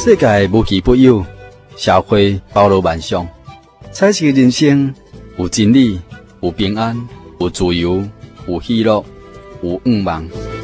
世界无奇不有，社会包罗万象。彩色人生有真理，有平安，有自由，有喜乐，有愿望。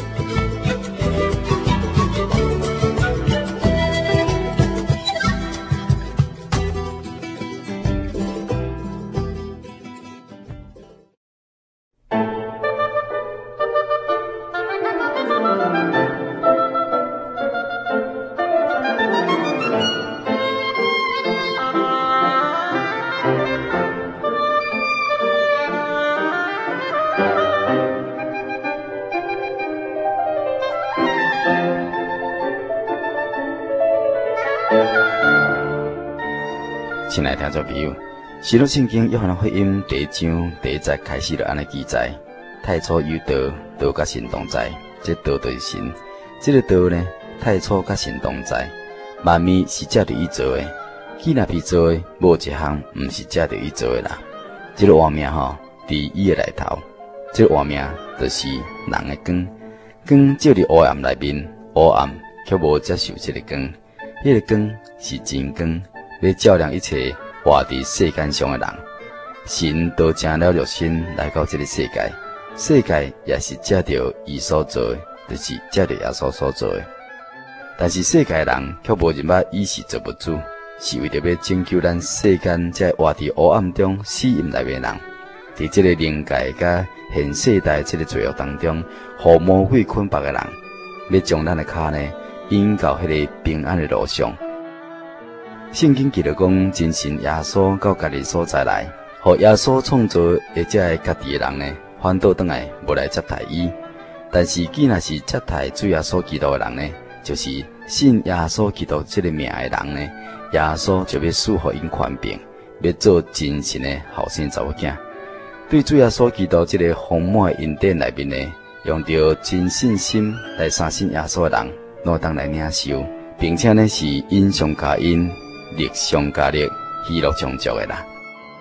亲爱的听众朋友，《使徒圣经》约翰福音第1章第1节开始就安尼记载：太初有道，道甲神同在，这道就是神。这个道呢，太初甲神同在，万物是借着伊做的。既然被做的，无一项毋是借着伊做的啦。这个画面伫伊的内头，这个画面就是人的光。光照伫黑暗内面，黑暗却无接受这个光。迄个光是真光。要照亮一切活伫世间上的人，神道成了肉身来到这个世界，世界也是借着伊所做的，就是借着耶稣所做的。但是世界的人却无认捌伊是造物主，是为着要拯救咱世间这活伫黑暗中死荫内面的人，伫这个灵界甲现世代这个罪恶当中，互魔鬼捆绑的人，要将咱的脚呢引到迄个平安的路上。圣经记录讲，真神耶稣到家己所在来，互耶稣创造的这家己的人呢，反倒转来无来接待伊。但是既然是接待主耶稣基督的人呢，就是信耶稣基督这个名的人呢，耶稣就要赐予因权柄，要做真神的后生查某囝。对主耶稣基督这个丰满的恩典内面呢，用着真信心来相信耶稣的人，拢当来领受，并且呢是因上加因。力上加力，喜乐充足的啦。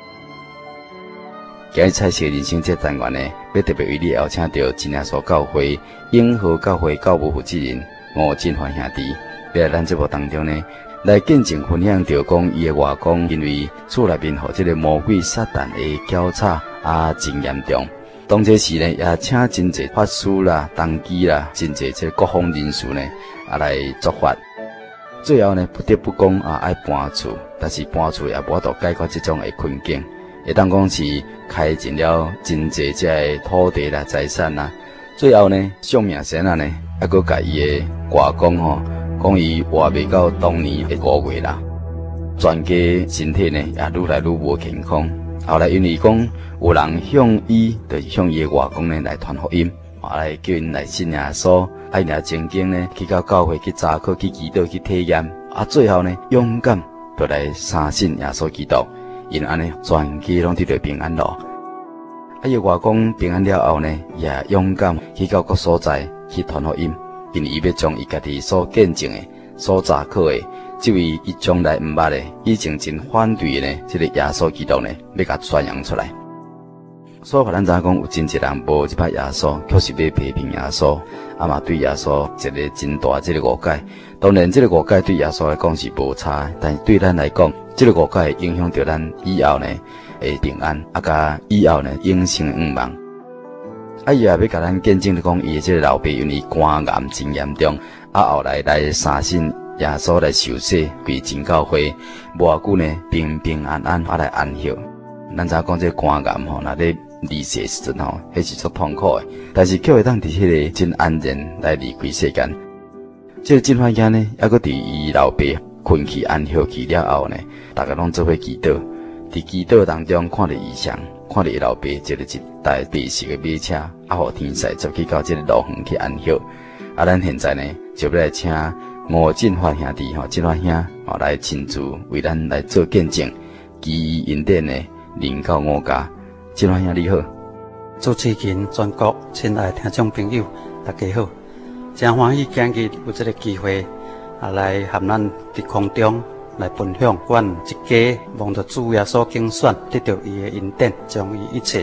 今日彩色人生这单元呢，要特别为你邀请到真耶稣教会永和教会教务负责人吴振焕兄弟，要来咱节目当中呢，来见证分享着讲伊的外公因为厝内面互这个魔鬼撒旦的搅吵真严重。当这时呢，也请真侪法师啦、当机啦，真侪这各方人士呢，来作法。最后呢，不得不讲爱搬厝，但是搬厝也无法度解决这种的困境，会当讲是开尽了真侪这土地啦、财产啦。最后呢，相命神呢，还佫甲伊的外公讲伊活未到当年的5月啦，全家身体呢也愈来愈无健康。后来因为讲有人向伊，就是向伊的外公呢来传福音，来叫因来信耶稣。爱领正经呢，去到教会去查考去祈祷去体验，最后呢勇敢就来相信耶稣基督，因安尼全家拢得到平安咯。伊外公平安了后呢，也勇敢去到各所在去传福音，因为伊要将伊家己所见证的、所查考的，这位伊从来毋捌的、以前真反对的呢，这个耶稣基督呢，要甲宣扬出来。所以，咱知影讲有真侪人无即摆耶稣，却是要批评耶稣，嘛对耶稣一个真大这个误解。当然，这个误解对耶稣来讲是无差，但是对咱来讲，这个误解会影响到咱以后呢会平安，甲以后呢永生的愿望。伊也要甲咱见证讲，伊的这个老爸因为肝癌真严重，后来相信耶稣来受洗，归真教会，无偌久呢平平安安来安息。咱知影讲这肝癌若咧离世时阵迄是足痛苦的，但是却会当伫迄个真安然来离开世间。这个真欢喜呢，还佫伫伊老爸困去安息去了后呢，大家拢做伙祈祷。伫祈祷当中看到异象，看到伊老爸坐了一台白色的马车，互天使接去到这个路园去安息。咱现在呢，就要来请吴振焕兄弟振焕兄来亲自为咱来做见证，基于恩典呢，临到我家。振焕兄你好， 主持人全国亲爱的听众朋友，大家好，真欢喜今日有这个机会来和咱伫空中来分享阮一家望着主耶稣竞选，得到伊的恩典，将伊一切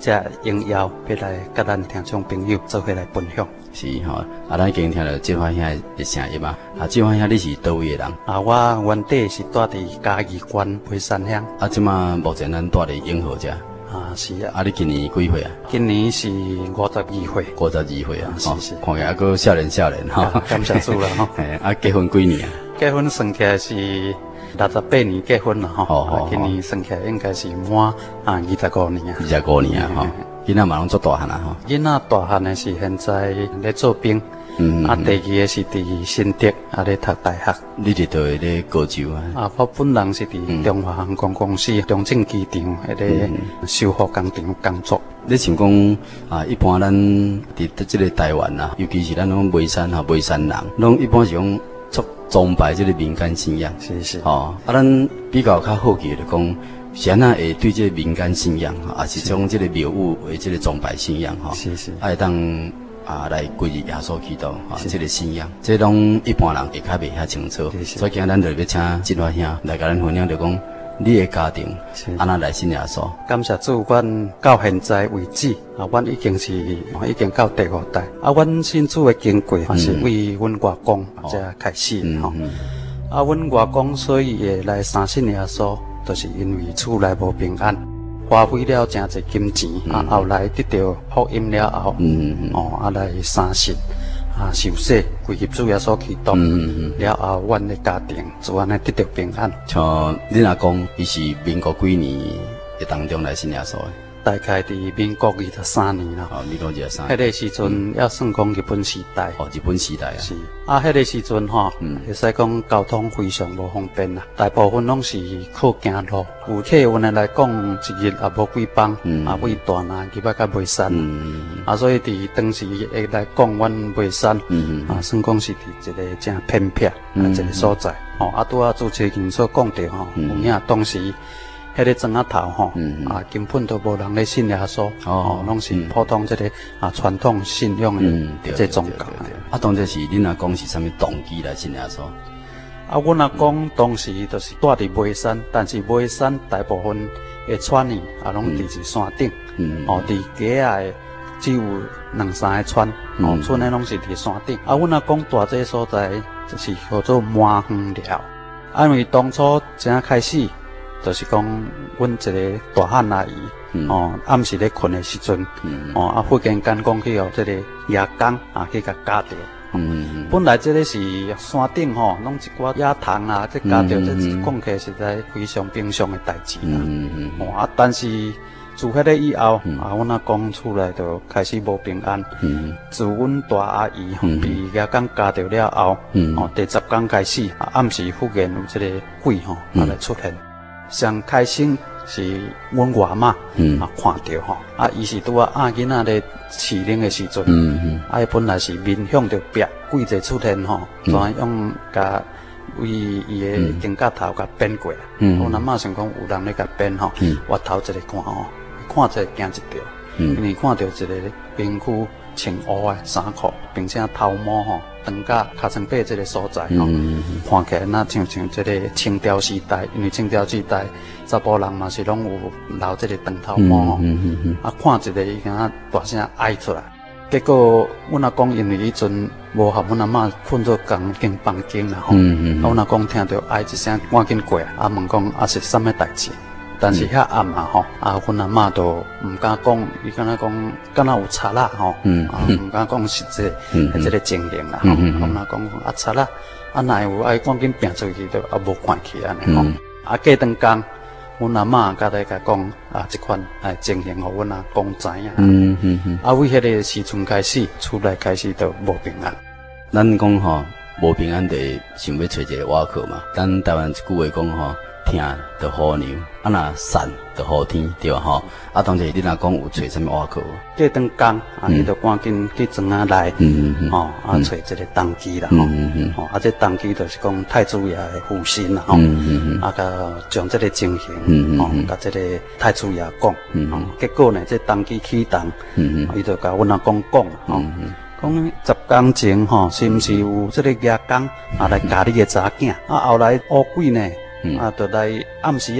这应邀要来甲咱听众朋友做伙来分享。 是吼，咱已经听到这番遐的声音嘛。这番遐你是倒位的人？ 我原底是住伫嘉义县惠山乡。 即马目前咱住伫永和遮。 是啊。 你今年几岁啊？ 今年是52岁。 52岁啊， 是。 看起来还阁少年哈。 感谢主了哈。 结婚几年啊？ 结婚算起来是68年结婚了哈。今年算起来应该是满25年啊。 25年啊，哈。囡仔嘛拢做大汉啊，吼。 囡仔大汉的是现在咧做兵，第二个是伫新竹咧读大学。 你伫倒咧高州啊？ 我本人是伫中华航空公司中正机场咧修复工厂工作。 你像讲一般咱伫这个台湾啊，尤其是咱拢眉山人，拢一般是讲做崇拜这个民间信仰。 是。 咱比较较好奇的讲。是安那会对这个民间信仰，也是从这个庙宇为这个崇拜信仰哈，爱当来归入耶稣基督这个信仰，这拢一般人会较袂遐清楚，所以今日咱就要请金华兄来甲咱分享，就讲你的家庭安那来信耶稣。 感谢主，阮到现在为止阮已经到第5代阮信主的经过是为阮外公才开始阮外公所以会来相信耶稣。就是因为厝内无平安，花费了真侪金钱，后来得到福音了后，来相信，受洗归入主耶稣基督，了后，阮的家庭就安尼得到平安。 像你阿公，伊是民国几年的当中来信耶稣的？ 大概伫民国23年啦。 民国23年。 迄个时阵要算讲日本时代。 日本时代啊。 是。迄个时阵会使讲交通非常无方便啦，大部分拢是靠行路。有客运的来讲，一日也无几班，为大南去到眉山。所以伫当时会来讲，阮眉山，算讲是伫一个正偏僻一个所在。拄主持人所讲到有影当时。迄个庄仔头根本都无人咧信耶稣，拢是普通这个传统信仰的这宗教。 当这是恁阿公是啥物动机来信耶稣？ 阮阿公当时就是住伫眉山，但是眉山大部分的村呢，拢伫是山顶，伫街仔只有2-3个村，村的拢是伫山顶。阮阿公住这所在就是叫做满园寮，因为当初正开始。就是讲，阮一个大汉阿姨，暗时咧困的时阵，忽然间讲去这个夜工去甲夹着。本来这个是山顶拢一寡野虫这夹着，这讲起来实在非常平常的代志啦。但是自迄个以后，阮阿公厝内就开始无平安。自阮大阿姨被野工夹着了后，第10天开始，暗时忽然有这个鬼来出现。上开心是阮外妈看到伊是拄囡仔咧饲奶的时阵，伊本来是面向着壁，鬼就出现怎样甲为伊的肩胛头甲变过，阮阿妈想讲有人咧甲变我头一个看者惊一跳，因为看到一个贫苦穿乌的衫裤，并且头毛长甲尻川背这个所在看起来那像这个清朝时代，因为清朝时代查甫人嘛是拢有留这个长头毛看一个伊敢大声哀出来。结果阮阿公因为迄阵无合阮阿妈困做共间房间啦阮阿公听到哀一声，赶紧过来，问讲是啥物代志。但是遐暗阮阿妈都唔敢讲，伊敢若讲敢若有贼啦唔敢讲实际这个情形啦阮阿公讲贼啦，哪会有赶紧拼出去都无看起安尼过顿工，阮阿妈甲来甲讲即款情形，互阮阿公知影为迄个时阵开始，厝内开始都无平安。 咱讲无平安，就想要找一个倚靠嘛。咱台湾一句话讲听就好牛，若散就好天，对吧当时你若讲有找啥物倚靠？ 过顿工伊就赶紧去庄仔内找一个当机啦这当机就是讲太子爷的父亲啦甲将这个情形甲这个太子爷讲结果呢，这当机启动伊就甲阮阿公讲讲10天前是毋是有这个野工来教你的查囝后来乌鬼呢就来暗时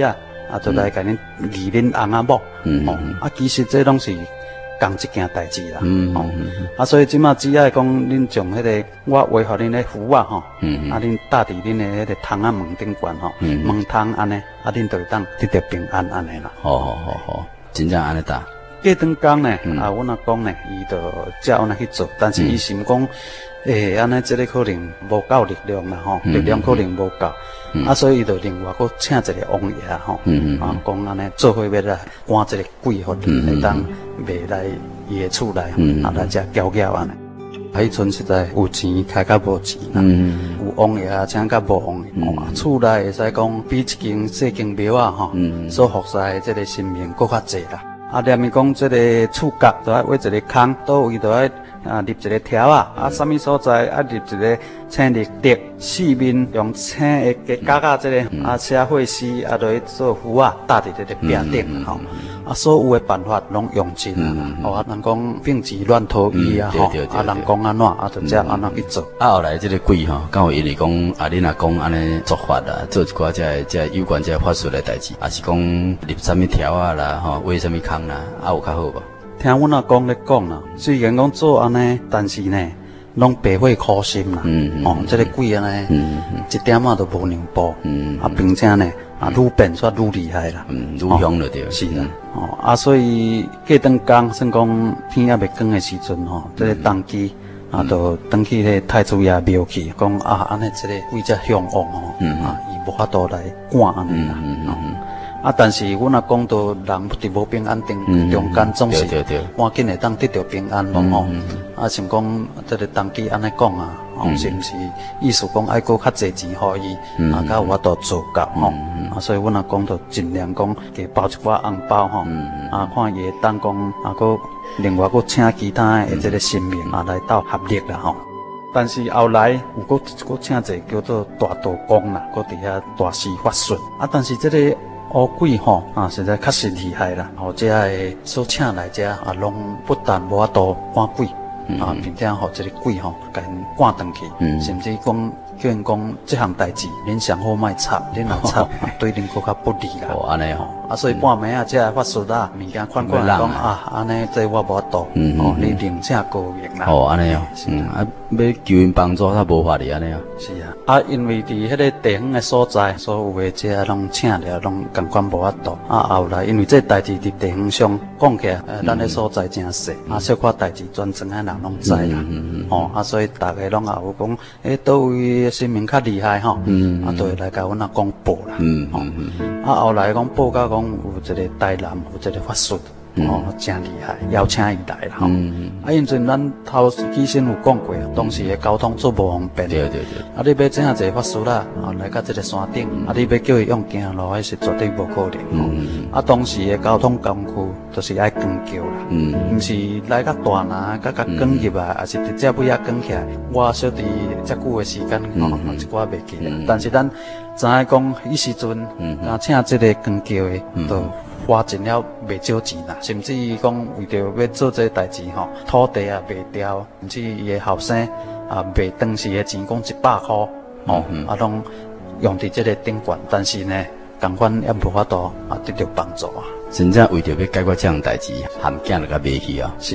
就来甲恁议恁翁仔某，其实这拢是讲一件代志啦，所以即马只要讲恁从迄个我画互恁的符啊吼，恁搭伫恁的迄个窗仔门顶悬吼，门窗安尼，恁就当得到平安安尼啦。 好，真正安尼搭。 过段工呢，阮阿公呢，伊就才安尼去做，但是伊想讲，安尼这个可能无够力量啦吼，力量可能无够，所以伊就另外佫请一个王爷吼，讲安尼做伙要来赶这个鬼互你，来当卖来伊的厝内，来遮搅搅安尼。迄阵实在有钱开甲无钱啦，有王爷请甲无王爷，厝内会使讲比一间小间庙啊吼，所服侍的这个神明佫较济啦。念伊讲这个厝角，就爱挖一个坑，倒位就爱立一个条啊，什么所在爱立一个青绿竹，四面用青的加这个写血丝，就去做符啊，搭伫这个壁顶吼。所有的办法拢用尽啦，人讲病急乱投医啊吼，人讲安怎，就这安怎去做。 后来这个鬼吼，刚好因为讲恁阿公安尼做法啦，做一寡这有关这法术的代志，还是讲立什么条啊啦，吼，挖什么坑啦，有较好无？ 听阮阿公咧讲啦，虽然讲做安尼，但是呢，拢白费苦心啦。这个鬼安尼，一点都无让步。并且呢，愈变煞愈厉害啦。 愈凶了对。 是啦。所以过段工，算讲天也未光的时阵吼，这个当机就登去迄太子爷庙去，讲安尼这个鬼才凶旺吼，伊无法度来赶安尼啦。但是阮阿公都人伫无平安中间总是赶紧会当得到平安咯吼。想讲这个当机安尼讲啊，是毋是意思讲爱搁较济钱互伊，较有法度做到吼。所以阮阿公就尽量讲加包一寡红包吼，看伊会当讲搁另外搁请其他的这个神明来斗合力啦吼。但是后来有搁请一个叫做大道公啦，搁伫遐大施法术但是这个乌鬼吼实在较是厉害啦，这个所请来这拢不但无法度赶鬼并且这个鬼甲因赶转去，甚至讲叫因讲这项代志，恁上好莫插，恁若插对恁佫较不利啦。 安尼所以半暝这法术物件看看讲安尼这我无法度，你另请高明啦。 安尼要求因帮助，他无法哩安尼是因为伫迄个地方的所在，所有的这拢请了，拢共款无法度。后来因为这代志伫地方上讲起来，咱的所在真细，小可代志全庄的人拢知啦。所以大家拢也有讲，倒位神明较厉害吼，就会来甲阮阿公报啦。后来讲报到讲有一个台南有一个法术。真厉害，邀请伊来啦吼。因阵咱头起先有讲过，当时的交通做无方便。对。你要请一个法师啦，来到这个山顶，你要叫伊用行路，迄是绝对无可能。当时的交通工具就是爱光桥啦，毋是来到大南，甲光入来，还是直接尾仔光起来。我小弟遮久的时间一寡袂记得，但是咱知影讲，迄时阵请这个光桥的都。花尽了袂少钱啦，甚至讲为着要做这代志土地卖掉，甚至伊的后生卖当时的钱讲100块拢用伫这个顶悬，但是呢，同款也无法度得到帮助真正为着要解决这样代志，含囝就甲卖去是。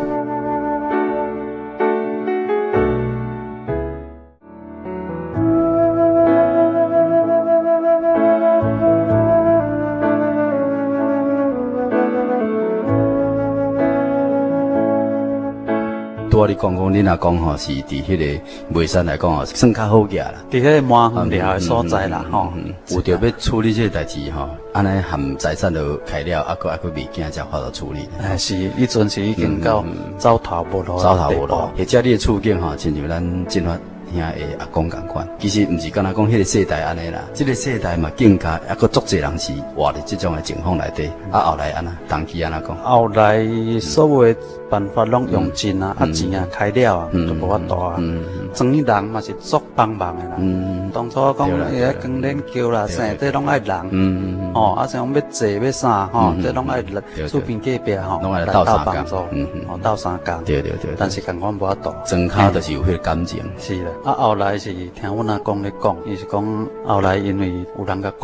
我你讲恁阿公是伫迄个眉山来讲算较好个啦， 伫迄个满园寮的所在啦有着要处理这个代志安尼含财产都开了，还佫物件才法度处理。 是，迄阵是已经到走投无路。 或者你的处境亲像咱进发兄的阿公共款，其实毋是干那讲迄个世代安尼啦，这个世代嘛更加还佫足侪人是活伫这种的情况内底。后来安那，当期安那讲？后来所有的办法拢用尽钱开了就无法度庄里人嘛是足帮忙的啦。当初讲迄光练桥啦，啥这拢爱人。像要坐要啥这拢爱厝边隔壁拢爱来斗帮助，斗相共。 对。 但是共款无法度。 庄脚就是有迄个感情。 是啦。后来是听阮阿公咧讲，伊是讲后来因为有人甲讲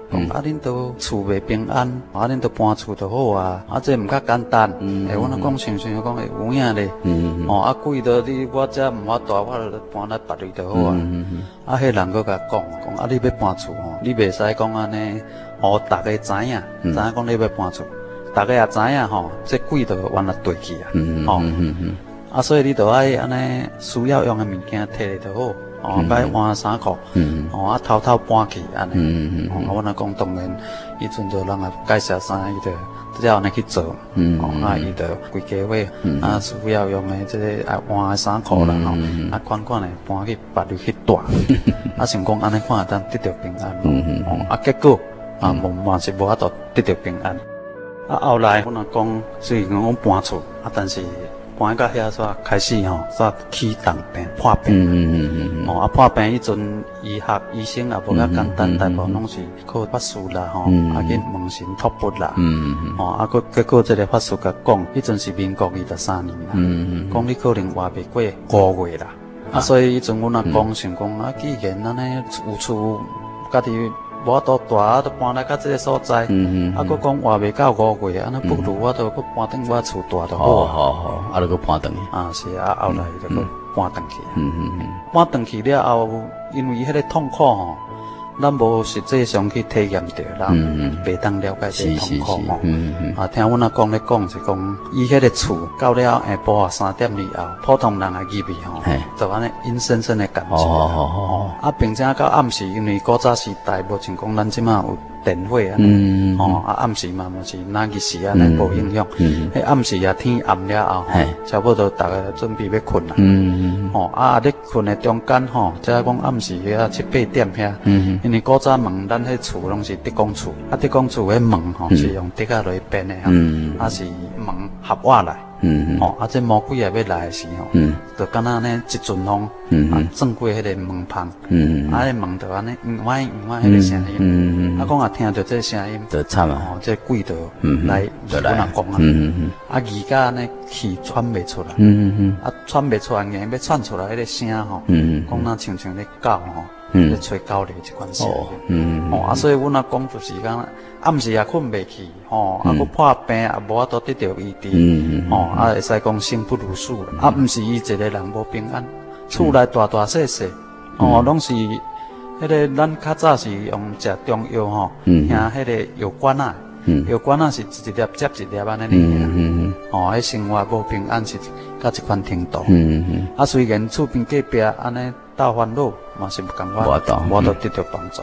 讲啊，恁都厝袂平安，啊，恁都搬厝就好啊，啊，这毋较简单。我若讲想想讲会有影咧。啊，贵到你我遮毋法度，我就搬来别位就好啊。啊，迄人佫甲讲啊，你要搬厝吼，你袂使讲安尼，互大家知影讲你要搬厝，大家也知影吼，这贵就原来对去啊。啊，所以你就爱安尼需要用的物件摕来就好。该换衫裤，啊偷偷搬去安尼，我若讲当然，伊阵就人啊介绍啥，伊就只要安尼去做，啊伊就规家伙啊需要用的这个爱换的衫裤啦，啊款款的搬去别地去住，啊想讲安尼看会当得到平安，啊结果啊嘛是无法度得到平安，啊后来我若讲虽然讲搬厝，啊但是。搬到遐煞开始吼，煞起重病、破病。啊破病迄阵，医生也无较简单，大部分拢是靠法术啦吼，啊去问神托钵啦。啊结果这个法术甲讲，迄阵是民国23年啦。讲你可能活袂过5月啦。啊所以迄阵阮阿公想讲啊，既然安尼有厝，家己。无多大啊，都搬来到这个所在，啊，佮讲活袂到5月，安尼不如我都佮搬转我厝大就好。 好，啊，就佮搬转去。 啊，是啊，后来就佮搬转去。搬转去了后，因为迄个痛苦吼，咱无实际上去体验着，人袂当了解这痛苦吼。啊，听阮阿公咧讲是讲，伊迄个厝到了下晡3点以后，普通人的入去吼，就安尼阴森森的感觉。啊，并且到暗时，因为古早时代无像讲咱即马有电火啊，啊暗时嘛是哪日时安尼无影响。迄暗时啊天暗了后，差不多大家准备要困啦。啊咧困的中间吼，即讲暗时遐7、8点遐，因为古早门咱迄厝拢是德工厝，啊德工厝迄门吼是用竹仔来编的啊是门合瓦来。啊这魔鬼也要来的时候，就敢若安尼一阵风，转过迄个门旁，啊迄门就安尼歪迄个声音，啊讲也听到这声音， 就惨啊， 这鬼就来就来讲啊，啊而家安尼气喘袂出来，啊喘袂出来，硬要喘出来迄个声吼，讲那像咧狗吼。咧吹狗咧，即款声音，啊，所以阮阿公就是讲，暗时也困袂去，啊，佮破病也无法度得到医治，啊，会使讲生不如死，啊，毋是伊一个人无平安，厝内大细细，拢是迄个咱较早是用食中药吼，听迄个药管啊，药管啊是一粒接一粒安尼迄生活无平安是到即款程度，啊，虽然厝边隔壁安尼斗烦恼。嘛是不感觉，我都得到帮助。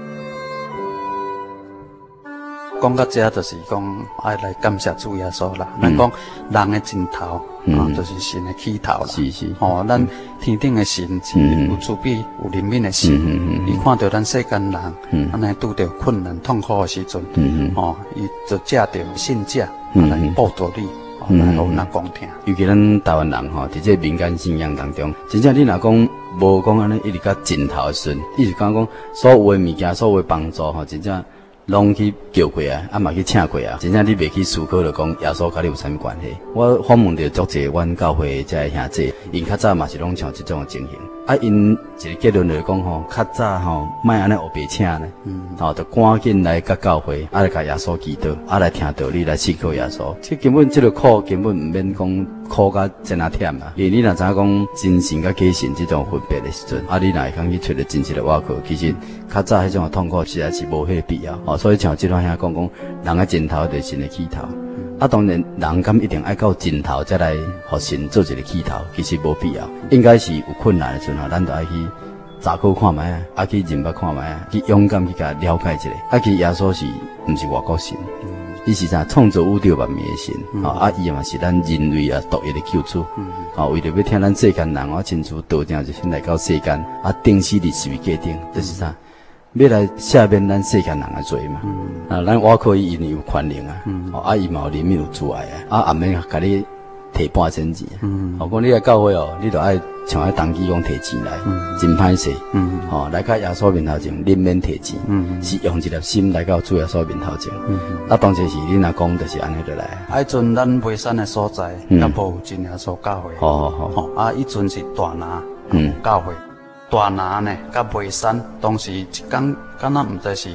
讲到这，就是讲爱来感谢主耶稣啦。咱讲人的尽头，就是神的起头啦。 是。 咱天顶的神是有慈悲、有怜悯的神。伊看到咱世间人，安尼拄着困难、痛苦的时阵，伊就借着信假来报答你。来互咱讲听， 尤其咱台湾人吼，伫这民间信仰当中，真正你若讲无讲安尼一直到尽头顺，意思讲所有的物件、所有的帮助吼，真正拢去叫过啊，啊嘛去请过啊，真正你袂去思考着讲耶稣甲你有啥物关系。我访问着足侪阮教会这兄弟，因较早嘛是拢像即种情形。啊，因一个结论就是讲吼，较早吼，莫安尼黑白请呢，就赶紧来甲教会，啊来甲耶稣祈祷，啊来听道理，来信靠耶稣。这根本这个苦根本毋免讲苦甲真啊忝啦。因为你若知影讲真神甲假神这种分别的时阵，啊你若会讲去找着真实的外壳，其实较早迄种痛苦实在是无迄个必要。所以像这段遐讲人的尽头就是神的起头。啊，当然，人敢一定爱到尽头才来互神做一个起头，其实无必要。应该是有困难的时阵，咱就爱去查考看卖啊，去认捌看卖啊，去勇敢去甲了解一下。啊，其实耶稣是毋是外国神？伊是啥创造宇宙万物的神？啊，伊嘛是咱人类啊独一的救主。为着要听咱世间人亲自道正就先来到世间，啊，定死伫十字架顶，就是啥？要来赦免咱世间人的罪嘛？咱我可以因为有权能啊，伊嘛有怜悯有慈爱啊，也免甲你摕半钱钱。讲你来教会你就爱像爱当机讲摕钱来，真歹势。来到耶稣面头前，恁免摕钱，是用一粒心来到主耶稣面头前。当时是恁若讲，就是安尼就来。迄阵咱尾山的所在，也无真耶稣教会。 好。 迄阵是大拿教会。 大拿呢，甲眉山，当时一天敢若毋知是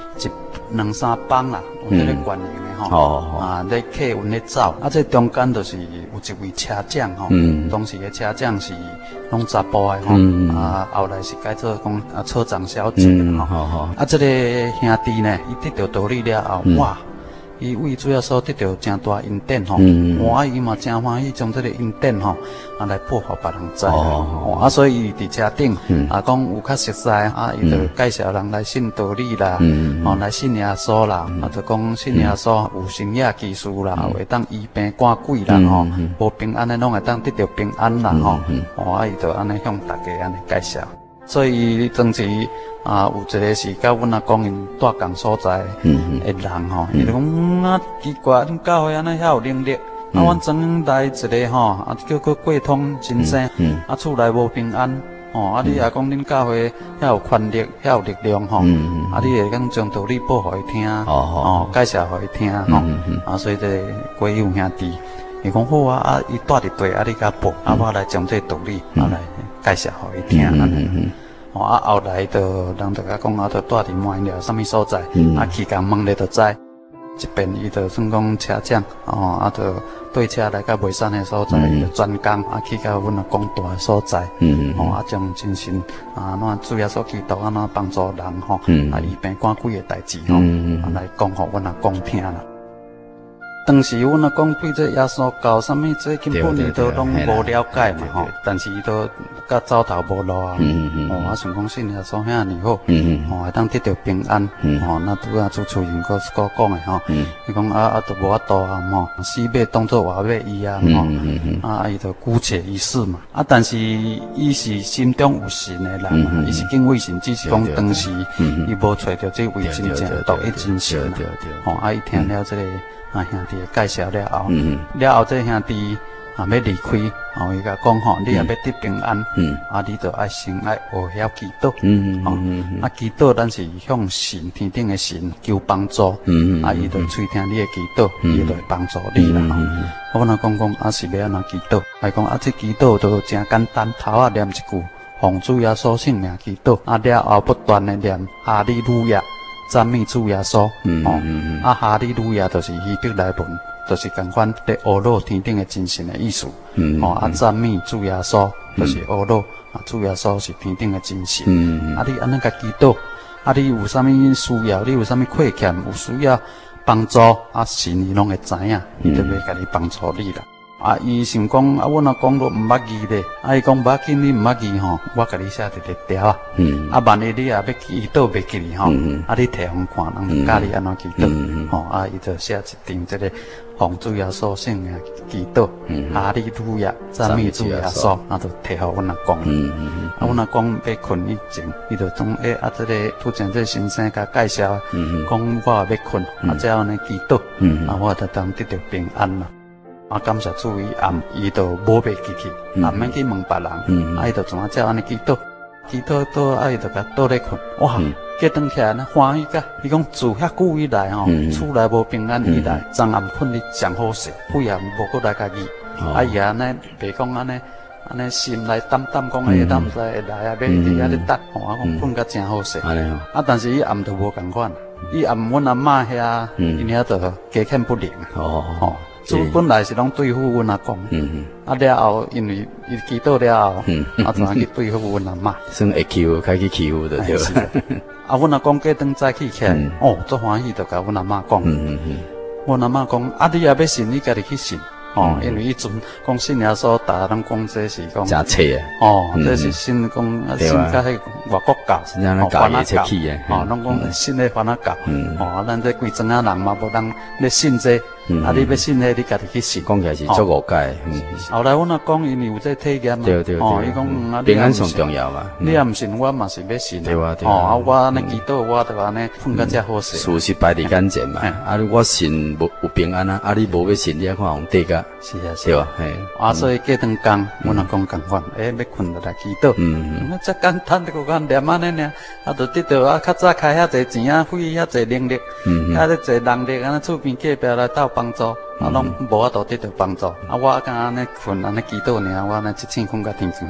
2、3帮啦，有这个官员的吼，咧客运咧走，这中间就是有一位车长吼，当时的车长是拢查甫的吼，后来是改做讲车长小姐吼，这个兄弟呢，伊得到道理了后，哇！伊为主要所得到真大恩典吼，伊嘛真欢喜将这个恩典吼，来报互别人知所以伊伫车顶讲有较熟悉伊就介绍人来信道理啦，来信耶稣啦，就讲信耶稣有神野技术啦，会当医病赶鬼啦吼，无平安的拢会当得到平安啦吼，伊就安尼向大家安尼介绍。所以当时有一个是甲阮阿公因住共所在的人吼，伊就讲奇怪，恁教会安尼遐有能力，阮昨来一个吼，叫个过通真生，厝内无平安，你也讲恁教会遐有权力，遐有力量吼，你会讲将道理报互伊听，介绍互伊听吼，所以这郭友兄弟，伊讲好伊住伫地你甲报，我来将这道理来介绍互伊听。后来人就甲讲就住伫满了什么所在，期间问咧就知，一边伊就算讲车长，就对车来到眉山的所在，伊就专工去到阮阿公住的所在，将精神怎主要所祈祷怎帮助人吼，医病赶鬼的代志吼，来讲互阮阿公听啦。当时阮阿公对这耶稣教什么，这根本伊都拢无了解嘛吼，但是伊都甲走投无路啊，想讲信耶稣遐尼好，会当得到平安，那拄啊主持人所讲的吼，伊讲都无法度吼，死要当作活要医吼，伊就姑且一试嘛，但是伊是心中有神的人，伊是敬畏神，只是讲当时伊无找到这位真正独一真神，伊听了这个。兄弟介绍了后，这兄弟要离开，伊甲讲吼，你也要得平安，你就爱先爱学晓祈祷，祈祷咱是向神天顶的神求帮助，伊就垂听你的祈祷，伊就会帮助你啦。我若讲是要安怎祈祷，讲这祈祷都真简单，头念一句奉主耶稣圣名祈祷，了后不断的念哈利路亚。赞美主耶稣，哈利路亚就是希伯来文，就是共款咧阿罗天顶的真神的意思。赞美主耶稣就是阿罗，主耶稣是天顶的真神。你安尼甲祈祷，你有啥物需要，你有啥物亏欠，有需要帮助，神伊拢会知影，伊就会甲你帮助你啦。伊想讲阮若讲都毋捌字咧，伊讲无要紧，你毋捌字吼，我甲你写一个条万一你也要祈祷袂记哩吼，你摕互看，人教你安怎祈祷，伊就写一张这个奉主耶稣圣名祈祷，哈利路亚，赞美主耶稣，就摕互阮阿公。阮阿公要困以前，伊就总这个突然这先生甲介绍，讲我要困，这样呢祈祷，我就当得到平安啦。感谢主，伊就无袂记去，免去问别人，伊就怎啊照安尼祈祷，祈祷到伊就甲倒咧困，哇，计转起来呢欢喜甲，伊讲自遐久以来吼，厝内无平安以来，昨暗困哩上好势，不然无过来家己，伊安尼袂讲安尼心内淡淡讲会当在会来要伫遐咧等，我讲困甲真好势，但是伊暗就无共款，伊暗阮阿嬷遐，因遐就家欠不灵，主本来是拢对付阮阿公，了后因为伊祈祷了后，怎去对付阮阿嬷， 算会开去欺负的对吧？ 阮阿公过顿早起起来，足欢喜，就甲阮阿嬷讲，阮阿嬷讲，你也要信，你家己去信。因为伊阵讲信耶稣，大家拢讲这是讲真切这是信讲信甲迄外国教， 教也切起拢讲信迄番仔教，咱这规庄仔人嘛无人咧信这，你要信迄你家己去信， 讲起来是足误解。 后来阮阿公因为有这体验嘛，伊讲平安上重要嘛， 你也毋信，我嘛是要信，我安尼祈祷，我就安尼困甲遮好势， 事实摆伫眼前嘛，我信有平安你无要信，你看互地甲。 是对吧？所以过顿工，阮阿公共款，要困就来祈祷。这简单的个念安尼尔，就得到较早开遐侪钱费遐侪能力，遐侪能力，厝边隔壁来斗帮助，拢无法度得到帮助。我敢安尼困，安尼祈祷尔，我安尼一醒困到天光，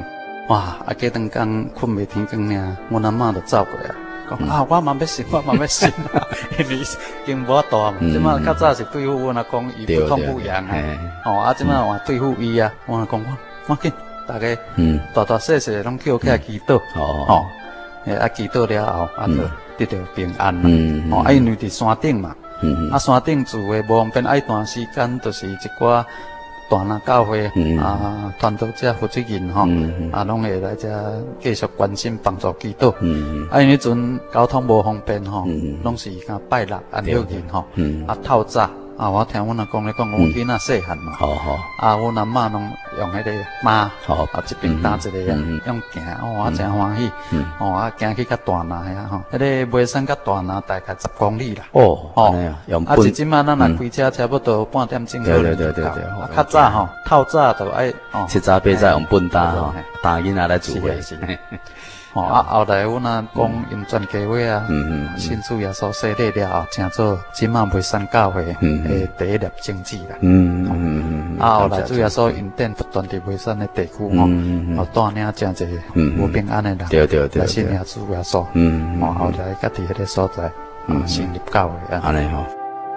哇，啊，过顿工困袂天光呢，阮阿嬷就走过啊，讲啊，我嘛要信，我嘛要信，因为已经无大嘛，即马较早是对付阮阿公，伊不痛不痒啊，哦，啊，即马换对付伊啊，阮阿公我紧，大家大大细细拢叫起来祈祷，哦，啊，祈祷了后，啊，就得到平安嘛，哦，啊，因为伫山顶嘛，啊，山顶住的无方便，爱段时间就是一寡。大那教会啊，传道者负责人吼，啊，拢会来遮继续关心帮助祈祷。啊，因为阵交通无方便吼，拢是甲拜六安六日吼，啊透早啊，我听阮阿公咧讲，阮囡仔细汉嘛，啊，阮阿嬷拢用迄个马，啊，一边担一个啊，用行，哦，我真欢喜，哦，啊，行去较大那遐吼，迄个尾山较大那大概10公里啦，啊，是即马咱若开车差不多半点钟左右就到，啊，较早吼，透早就爱， 七早八早用笨搭吼，大囡仔来做伙。 哦，啊，后来阮阿公因全家伙啊，信主耶稣洗礼了后，成做即马梅山教会的第一粒种子啦。啊，后来主耶稣因典不断伫梅山的地区吼，带领真侪无平安的人来信仰主耶稣。后来甲伫迄个所在成立教会啊。 安尼吼。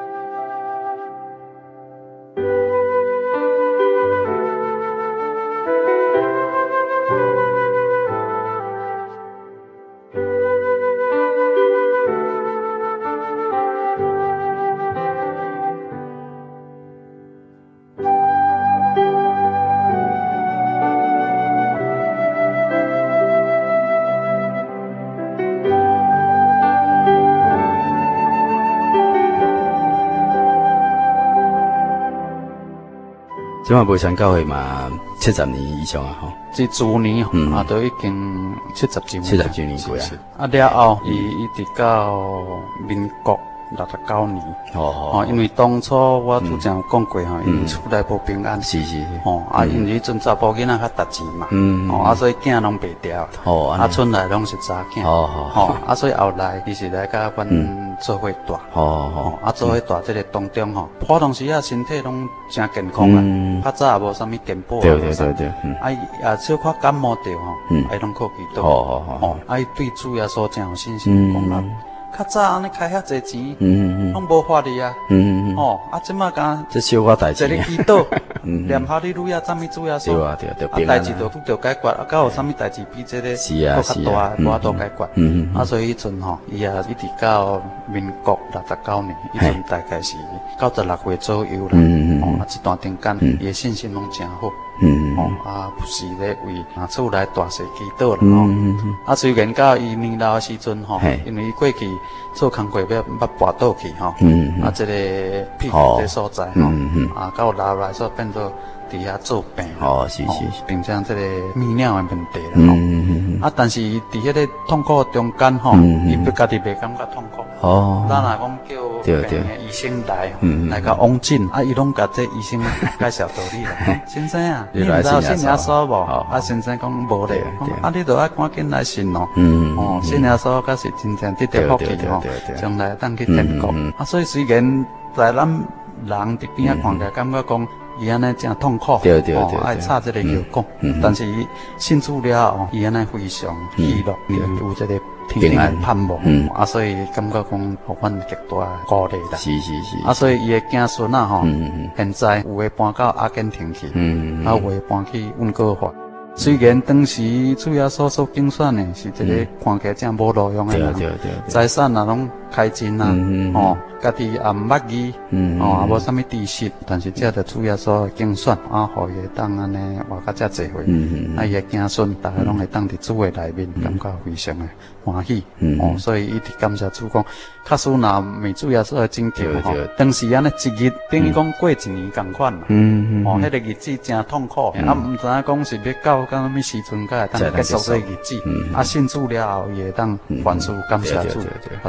即马梅山教会嘛70年以上啊吼， 即主年啊都已经70周年过啊。 啊了后，伊一直到民国69年。哦，因为当初我拄则有讲过吼，因为厝内无平安。 是。 哦，啊，因为迄阵查甫囡仔较值钱嘛。哦，啊，所以囝拢袂掉。啊，村内拢是查囝。啊，所以后来伊是来甲阮做伙大。啊，做伙大即个当中吼，普通时啊身体拢真健康啊，较早也无啥物颠簸。对。啊，也小可感冒着吼，伊拢靠祈祷。啊，伊对主耶稣真有信心，讲啦。较早安尼开遐侪钱，拢无法力啊。啊，即马敢这小可代志， 一个祈祷，念哈利路亚赞美主耶稣，啊，代志都拄着解决，啊，敢有啥物代志比这个搁较大，无法度解决。啊，所以迄阵吼，伊也一直到民国69年，迄阵大概是96岁左右啦。啊，这段中间，伊的信心拢真好。啊，不时咧为厝内大细祈祷啦。啊，虽然到伊年老的时阵吼，因为伊过去做工课要跋倒去吼，啊，这个屁股这所在吼，啊，到老来说变做伫遐做病， 是， 并且这个泌尿的问题啦吼。啊，但是伫迄个痛苦中间吼，伊不家己袂感觉痛苦。咱若讲叫病的医生来甲往诊，啊，伊拢甲这医生介绍道理啦。先生啊，你毋知信耶稣无？啊，先生讲无咧，啊，你著爱赶紧来信咯。信耶稣才是真正得到福气吼，将来当去天国。啊，所以虽然在咱人伫边仔看起来感觉讲。伊安尼真痛苦，爱插这个药讲，但是伊信主了后，伊安尼非常喜乐，有这个天天盼望，啊，所以感觉讲互阮极大鼓励啦。 是， 啊，所以伊的子孙啊吼，现在有诶搬到阿根廷去，啊，有诶搬去温哥华。虽然当时主要所竞选的是一个看起来真无路用的人，财产也拢开尽啦，家己也毋捌字，也无啥物知识，但是这着主要所竞选，啊，互伊当安尼活到遮济岁，啊，伊的子孙大家拢会当伫主的内面，感觉非常的欢喜，所以一直感谢主讲，假使若未主要所拯救吼，当时安尼一日等于讲过一年共款啦，迄个日子真痛苦，啊，毋知影讲是要到啥物时阵才会当结束这日子，啊，信主了后伊会当凡事感谢主，凡事我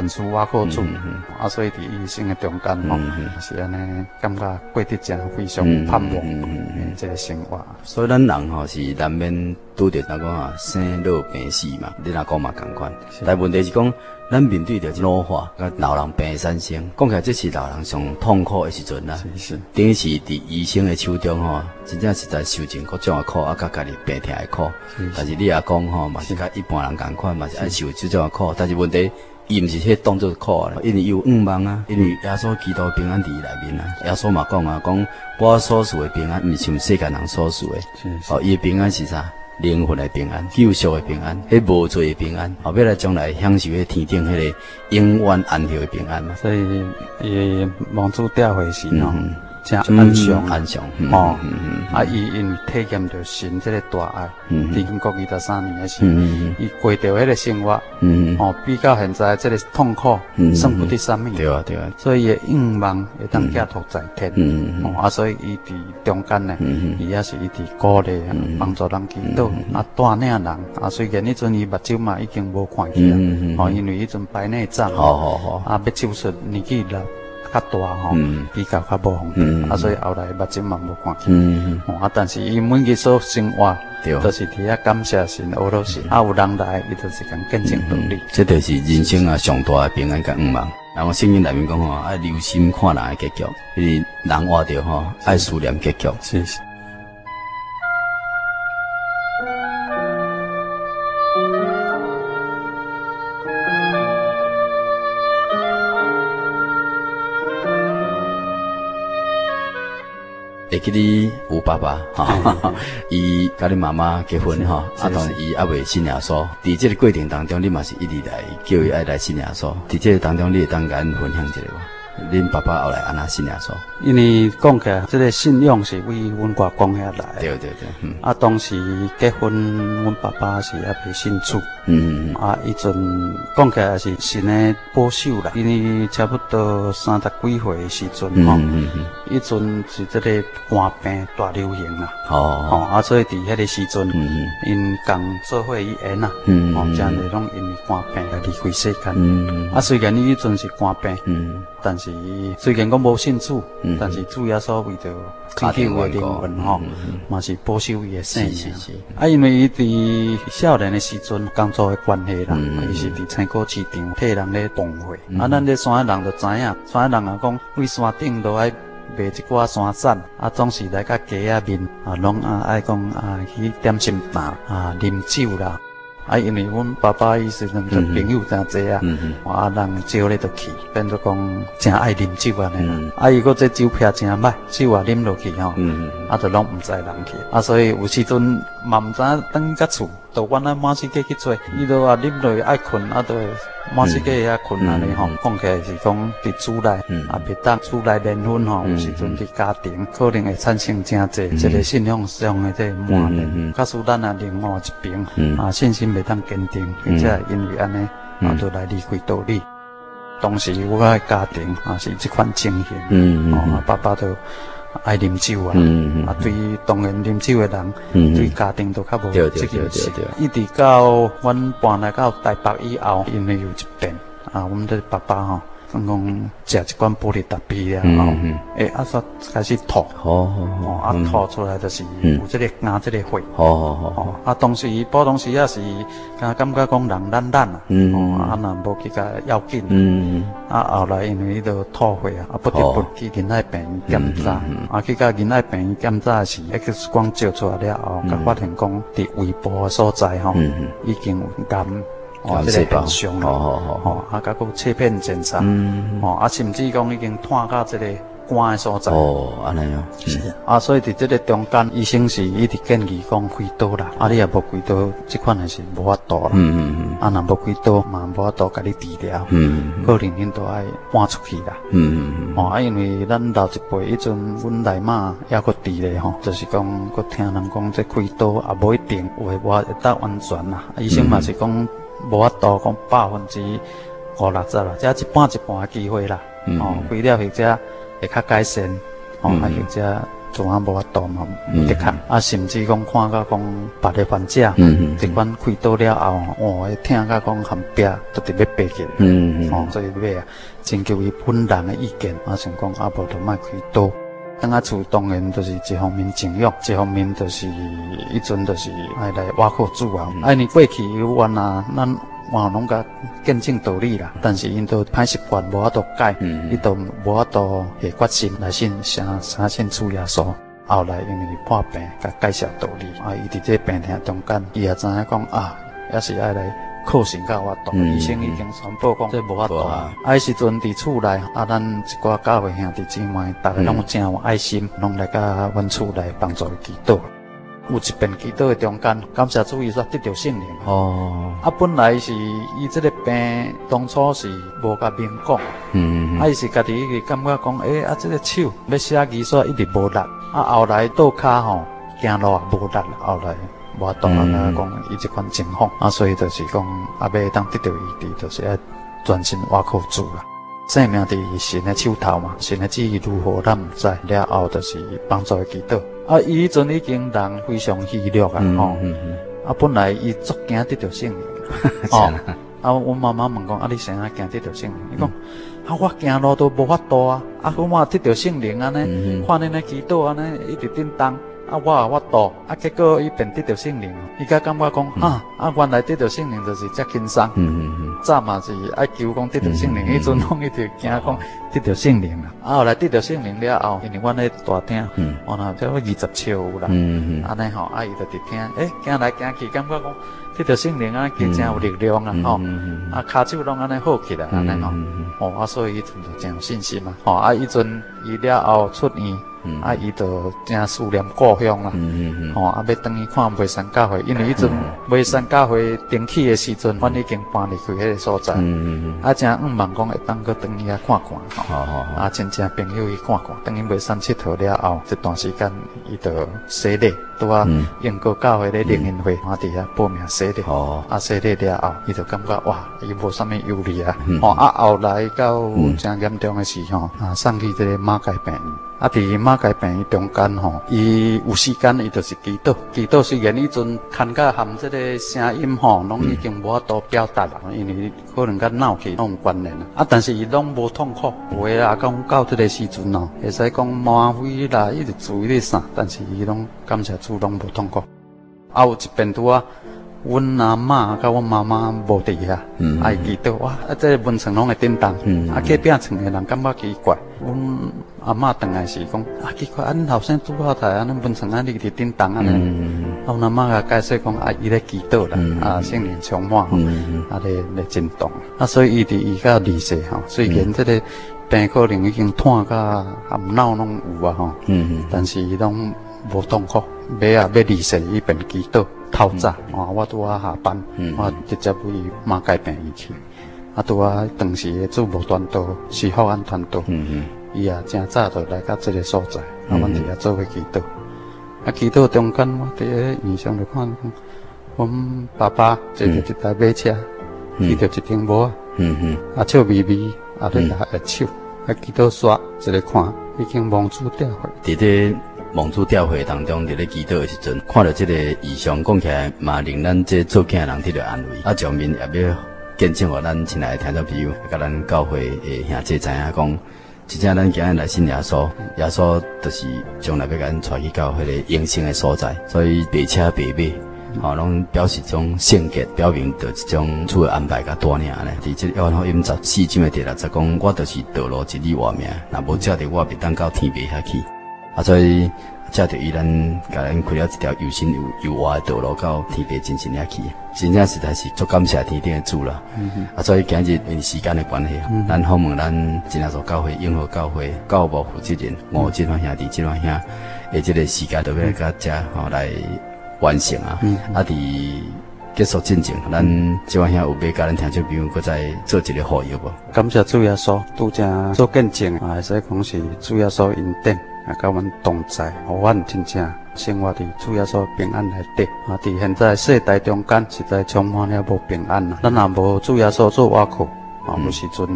好处，所以伫医生的中间吼，是安尼感觉过得真非常盼望这个生活。 所以咱人吼是难免拄着那个生老病死嘛，你若讲嘛同款。但问题是讲，咱面对着老化，甲老人病产生，讲起来这是老人上痛苦的时阵啦。是，等于是伫医生的手中吼，真正是在受尽各种的苦，甲家己病痛的苦。但是你也讲吼，嘛是甲一般人同款，嘛是爱受这种的苦。但是问题，伊毋是迄当作苦啦，因为有望啊，因为耶稣基督平安伫伊内面啊。耶稣嘛讲啊，讲我所属的平安，毋是像世间人所属的。伊的平安是啥？灵魂的平安，救赎的平安，迄无罪的平安，后尾来将来享受迄天顶迄个永远安息的平安嘛。 所以伊望主调回时吼，真安详安详哦。伊因为体验着神这个大爱，伫民国23年的时，伊过着迄个生活，比较现在这个痛苦，算不得啥物。 对啊对啊。 所以伊愿望会当寄托在天，所以伊伫中间呢，伊也是一直鼓励帮助人祈祷，带领人。虽然迄阵伊目睭嘛已经无看见啦，因为迄阵白内障，要手术年纪啦。较大吼，比较较无方便，所以后来目睭嘛无看见。但是伊每日所生活，都是伫遐感谢神、阿罗神，有人来，伊就是讲见证道理。 这就是人生上大的平安甲愿望。然后圣经内面讲吼，爱留心看人的结局，因为人活着吼，爱思念结局。 是。 会记你有爸爸哈，伊甲你妈妈结婚哈，当然伊还未信耶稣。伫这个过程当中，你嘛是一直来叫伊爱来信耶稣。伫这个当中，你会当甲咱分享一下无？恁爸爸后来安那信耶稣？ 因为讲起来，这个信仰是为阮外公遐来。 对对对。 当时结婚，阮爸爸是还未信主。迄阵讲起来是神的保守啦，因为差不多30几岁的时阵吼，迄阵是这个肝病大流行啦。所以伫迄个时阵，因共做伙医院啦，真侪拢因为肝病而离开世间。虽然伊迄阵是肝病，但是虽然讲无信主，但是主耶稣为着祈求的灵魂吼，嘛是保守伊的生命。因为伊伫少年的时阵工作的关系啦，伊是伫青果市场替人咧帮会。咱咧山的人就知影，山的人也讲，为山顶都爱卖一寡山产，总是来甲街仔面，拢爱讲去点心摊啉酒啦。因为阮爸爸伊时阵朋友真济人招咧就去，变做讲真爱啉酒安尼。伊个这酒品真歹，酒啉落去吼，就拢毋知人去。所以有时阵嘛毋知影等甲厝，就阮满世界去做，伊就啉落去爱困，就满世界遐困安尼吼。讲起来是讲伫厝内，别当厝内联婚吼，有时阵伫家庭可能会产生真济一个信仰上的这磨练，假使咱另外一边信心袂当坚定，而且因为安尼就来离开道理。当时我的家庭是这款情形，爸爸都爱啉酒对当然啉酒的人，对家庭都较无责任心。一直到阮搬来到台北以后，因为有一遍阮的爸爸吼。讲食一罐玻璃达啤了后，煞开始吐，吐出来就是有这个牙这个血，当时普通时也是感觉讲人懒若无去甲要紧，后来因为都吐血不得不去囡仔病院检查，去甲囡仔病院检查时 X 光照出来了后，甲发现讲伫胃部的所在吼，已经有癌。这个现象甲个切片检查，甚至讲已经探到这个肝的所在。 安尼所以伫这个中间，医生是一直建议讲开刀啦。你也无开刀，这款还是无法度啦。若无开刀，嘛无法度甲你治疗。可能恁都爱搬出去啦。因为咱老一辈迄阵，阮奶妈也搁治咧吼，就是讲搁听人讲这开刀也无一定会得完全啦。医生嘛是讲。无法度讲50%-60%啦，只一半的机会啦。开了或者会较改善，或者做啊无法度嘛，的确啊，甚至讲看到讲别个患者，这款开刀了后，听到讲含壁都特别白起，所以要征求伊本人的意见，想讲啊无就莫开刀。等下厝当然就是一方面静养，一方面就是迄阵就是爱来挖苦主啊。你过去有冤啊，咱拢甲见证道理啦，但是因都歹习惯，无法度改，伊都无法度下决心来信信主耶稣。后来因为破病，甲介绍道理，伊伫这病痛中间，伊也知影讲也是爱来靠神甲我度，医生已经宣布讲这无法度啊。时阵伫厝内咱一寡教会兄弟姊妹，大家拢真有爱心，拢来甲阮厝内帮助祈祷。有一遍祈祷的中间，感谢主，伊煞得到圣灵。本来是伊这个病当初是无甲明讲，伊是家己一直感觉讲，这个手要写字煞一直无力，后来倒骹行路也无力，后来无度讲伊这款情况，所以就是讲要当得到医治，就是要专心倚靠主啦。生命伫神的手头嘛，神的旨意如何咱唔知，了后就是帮助祈祷。伊迄阵已经人非常虚弱啊，本来伊足惊得到圣灵，我妈妈问讲，你谁惊得到圣灵？伊讲，我行路都无法度啊，我嘛得到圣灵安尼，看恁咧祈祷安尼一直叮当。我法度，结果伊便得到圣灵，伊甲感觉讲原来得到圣灵就是遮轻松。早嘛是爱求讲得到圣灵，迄阵拢一直惊讲得到圣灵啦。后来得到圣灵了后，因为阮咧大厅，那才20笑有啦。安尼伊就伫听，行来行去，感觉讲得到圣灵其实真有力量啊，骹手拢安尼好起来，安尼所以迄阵就真有信心嘛。迄阵伊了后出院。伊就真思念故乡啦，要等于看梅山教会，因为迄阵梅山教会登起的时阵，阮已经搬离开迄个所在，真望讲会当去等于遐看看，真正朋友去看看，等于梅山佚佗了后，一段时间伊就洗礼，拄英国教会咧灵恩会，伫遐报名洗礼，洗礼了后，伊就感觉伊无啥物忧虑啊，后来到真严重的时送去这个马偕病院。伫马偕病院中间伊有时间伊就是祈祷，祈祷虽然迄阵牵甲含这个声音拢已经无法度表达啦，因为可能甲脑气拢有关联啦。但是伊拢无痛苦，有诶讲到这个时阵会使讲麻痹啦，一直注意咧啥，但是伊拢感谢主拢无痛苦。有一遍拄阮阿嬷甲阮妈妈无伫遐，伊祈祷这个门床拢会叮当，隔壁床诶人感觉奇怪。阮阿嬷当然是讲奇怪，恁后生拄好台恁门床一直叮当安尼。阮阿嬷甲解释讲伊咧祈祷啦，圣灵充满咧震动。所以伊较离世虽然这个病可能已经瘫甲含脑拢有但是伊拢无痛苦。要离世伊便祈祷。透早，我拄下班，我直接为马偕病院去。拄当时主无传道，是福安传道，伊真早就来到这个所在，阮伫遐做伙祈祷。祈祷中间，我伫个院上就看讲，阮爸爸坐着一台马车，骑着一顶帽笑眯眯，咧拿手，祈祷煞一个看，已经蒙主调回。 蒙主调会当中，伫咧祈祷的时阵，看到这个异象，讲起来嘛，令咱这做囝的人得到安慰。上面也要见证互咱亲爱的听众朋友，甲咱教会的兄弟知影讲，真正咱今日来信耶稣，耶稣就是将来要甲咱带去到迄个永生的所在，所以白车白马，拢表示种圣洁，表明着一种主的安排甲带领咧。伫这约翰福音14章第60讲，我就是道路真理活命，若无照着我，必当到天边遐去。所以借着伊咱甲咱开了一条又新又活的道路到天边真正遐去，真正实在是足感谢天顶的主啦。所以今日因时间的关系，咱访问咱真耶稣教会、永和教会教务负责人吴金华兄弟、金华兄，这个时间都要甲遮来完成啊。伫结束进程，咱金华兄有要甲咱听众朋友搁再做一个呼吁无？ 感谢主耶稣，拄正做见证，会使讲是主耶稣恩典。甲阮同在，互阮真正生活伫主耶稣平安内底。伫现在世代中间，实在充满了无平安啦。咱若无主耶稣做倚靠，有时阵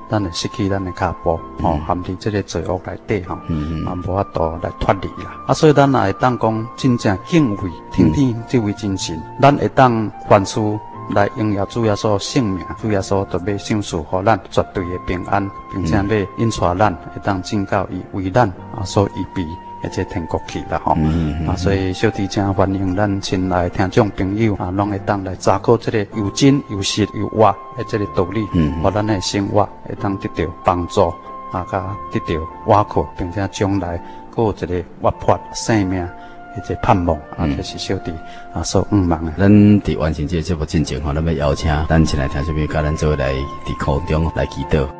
咱会失去咱的脚步，含伫这个罪恶内底吼，无法度来脱离啦。所以咱也会当讲真正敬畏天天这位真神，咱会当凡事来荣耀主耶稣圣名，主耶稣就要赏赐予咱绝对的平安，并且要引带咱会当进到伊为咱所预备的这天国去啦吼。所以小弟真欢迎咱亲爱的听众朋友拢会当来查考这个又真又实又活的这个道理，互咱的生活会当得到帮助甲得到瓦靠，并且将来佫有一个活泼生命。一个盼望这是小弟所盼望的。 咱伫完成这个节目进前咱要邀请咱亲爱听众朋友，甲咱做来伫空中来祈祷。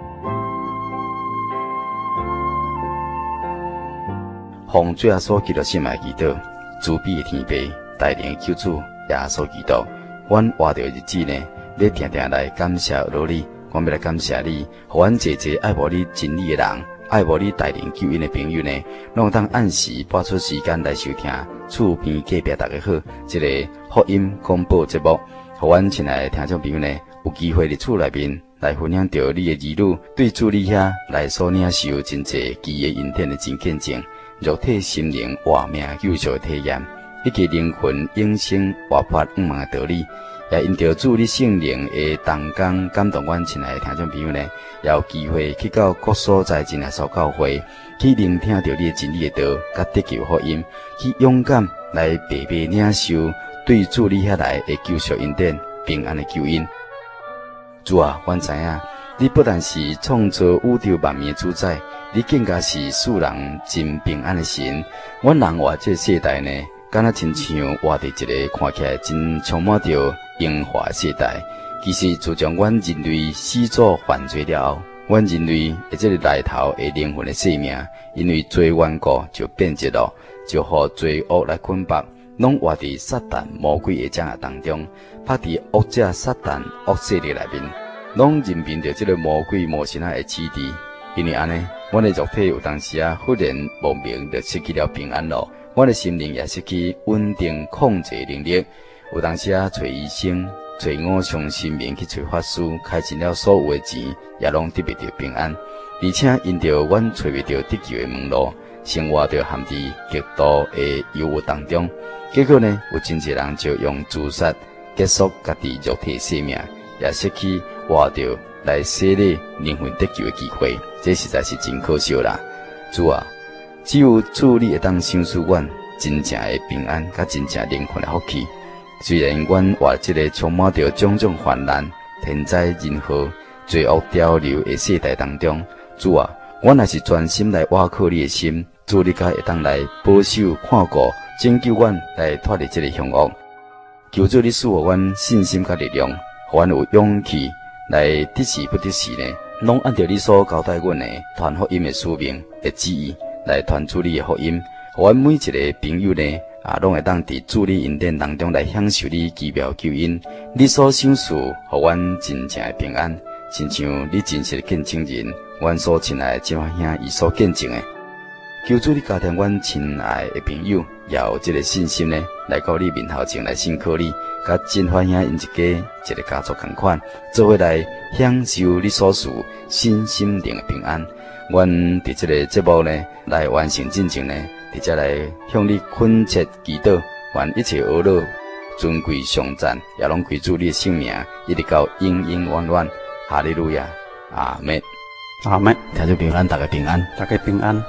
奉主耶稣基督圣名祈祷，慈悲的天父，大能的救主耶稣基督，阮活着日子呢，要定定来感谢罗你，我要来感谢你，互阮一个爱慕你真理的人。爱慕你带领救恩的朋友呢，拢当按时拨出时间来收听厝边隔壁大家好，这个福音广播节目，互阮亲爱的听众朋友呢，有机会伫厝内面来分享到你的儿女对主你遐来所领受真济奇的恩典的真见证，肉体心灵活命救赎的体验，以及灵魂永生活泼永望的道理。也因着主你圣灵的同工感动阮亲爱的听众朋友呢，也有机会去到各所在真耶稣教会，去聆听到你的真理的道，甲得救福音，去勇敢来白白领受对主你遐来的救赎恩典、平安的救恩。主啊，阮知影，你不但是创造宇宙万物的主宰，你更加是使人真平安的神。阮人活这世代呢，敢若亲像活伫一个看起来真充满着荣华的世代。其实自从阮人类始祖犯罪了后，阮人类的这个内头的灵魂的生命，因为罪缘故就变质了，就互罪恶来捆绑，拢活伫撒旦魔鬼的掌握当中，拍伫恶者撒旦恶势力内面，拢任凭着这个魔鬼魔神的指示。因为安尼，阮的肉体有当时忽然莫名就失去了平安咯。阮的心灵也失去稳定控制能力，有当时找医生、找五常神明去找法师，开尽了所有的钱，也拢得不到平安。而且因着阮找不到得救的门路，生活着陷伫极度的忧郁当中。结果呢，有真侪人就用自杀结束家己肉体的生命，也失去活着来洗礼灵魂得救的机会，这实在是真可惜啦。主啊！只有主你会当赏赐阮真正的平安，甲真正灵魂的福气。虽然阮活这个充满着种种患难、天灾人祸、罪恶潮流的世代当中，主啊，阮也是专心来倚靠你的心，主你才会当来保守看顾，拯救阮来脱离这个凶恶。求主你赐予阮信心甲力量，互阮有勇气来得时不得时呢，拢按照你所交代阮的传福音的使命的旨意。来传出你的福音，互阮每一个朋友呢，拢会当伫主你恩典当中来享受你奇妙救恩。你所赏赐，互阮真正的平安，亲像你真实的见证人，阮所亲爱的这番兄伊所见证的。求主你加添阮亲爱的朋友，也有这个信心呢，来到你面头前来信靠你，甲真番兄因一个家族同款，做伙来享受你所赐新心灵的平安。阮伫这个节目呢，来完成进程呢，直接来向你恳切祈祷，愿一切恶乐、尊贵上赞，也拢归主你的圣名，一直到永永远远。哈利路亚，阿门， 阿门。 听众朋友，咱大家平安， 大家平安。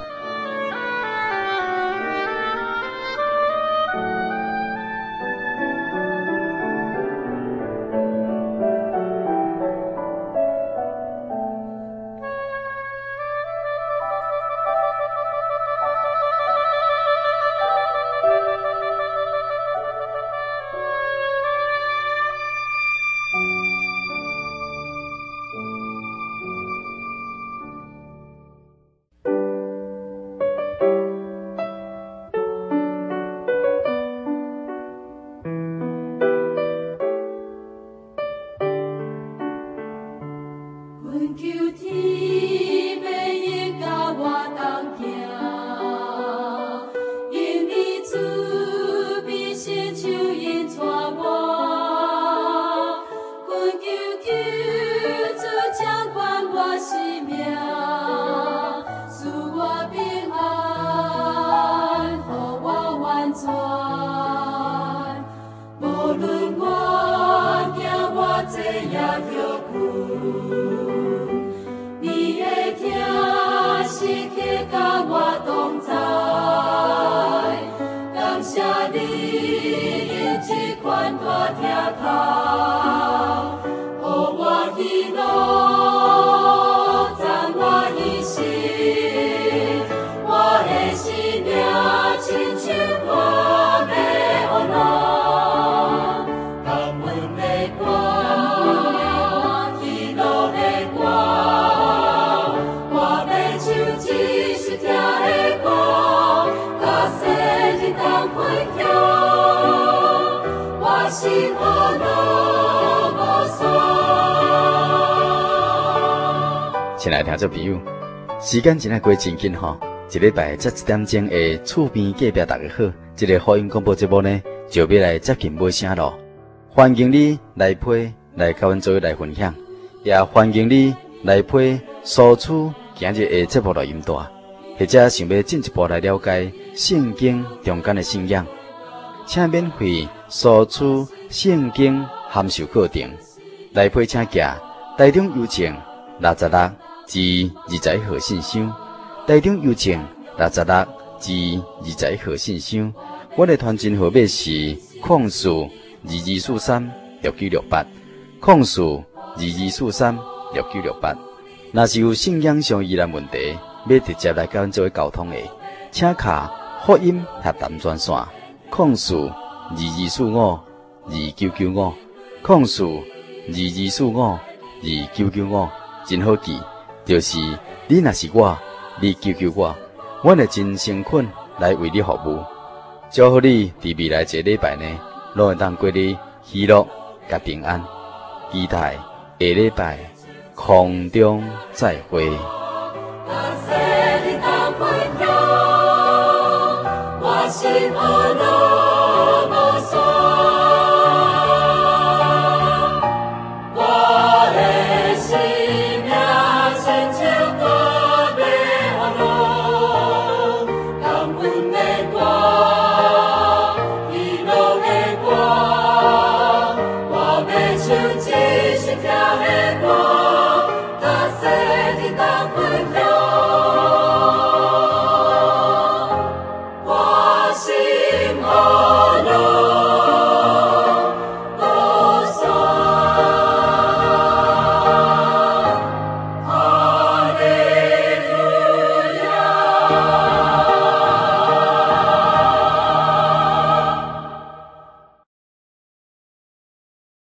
去甲我同在，感谢你用这款大疼头，予我喜乐，赞我一生，我的生命亲像我的乌浪，感恩的歌，喜乐的歌，我要唱一首听的歌，甲世人同分享，我心欢乐无双。 亲爱的听众朋友，时间真系过真紧吼，一礼拜才1点钟的厝边隔壁大家好，这个福音广播节目呢，就要来接近尾声咯。欢迎你来陪，来甲阮做伙来分享，也欢迎你来陪索取今日的节目录音带，或者想要进一步来了解圣经中间的信仰，请免费索取圣经函授课程，来陪请假台中邮政66至21号信箱，台中邮政66至21号信箱。我的传真号码是0422436968，0422436968。若是有信仰上疑难问题，要直接来跟阮做沟通的，请卡福音洽谈专线，0422452995，0422452995，真好记。就是你若是我，你救救我，我会真诚恳来为你服务。祝福你伫未来一个礼拜呢，拢会当过你喜乐甲平安。期待下礼拜空中再会。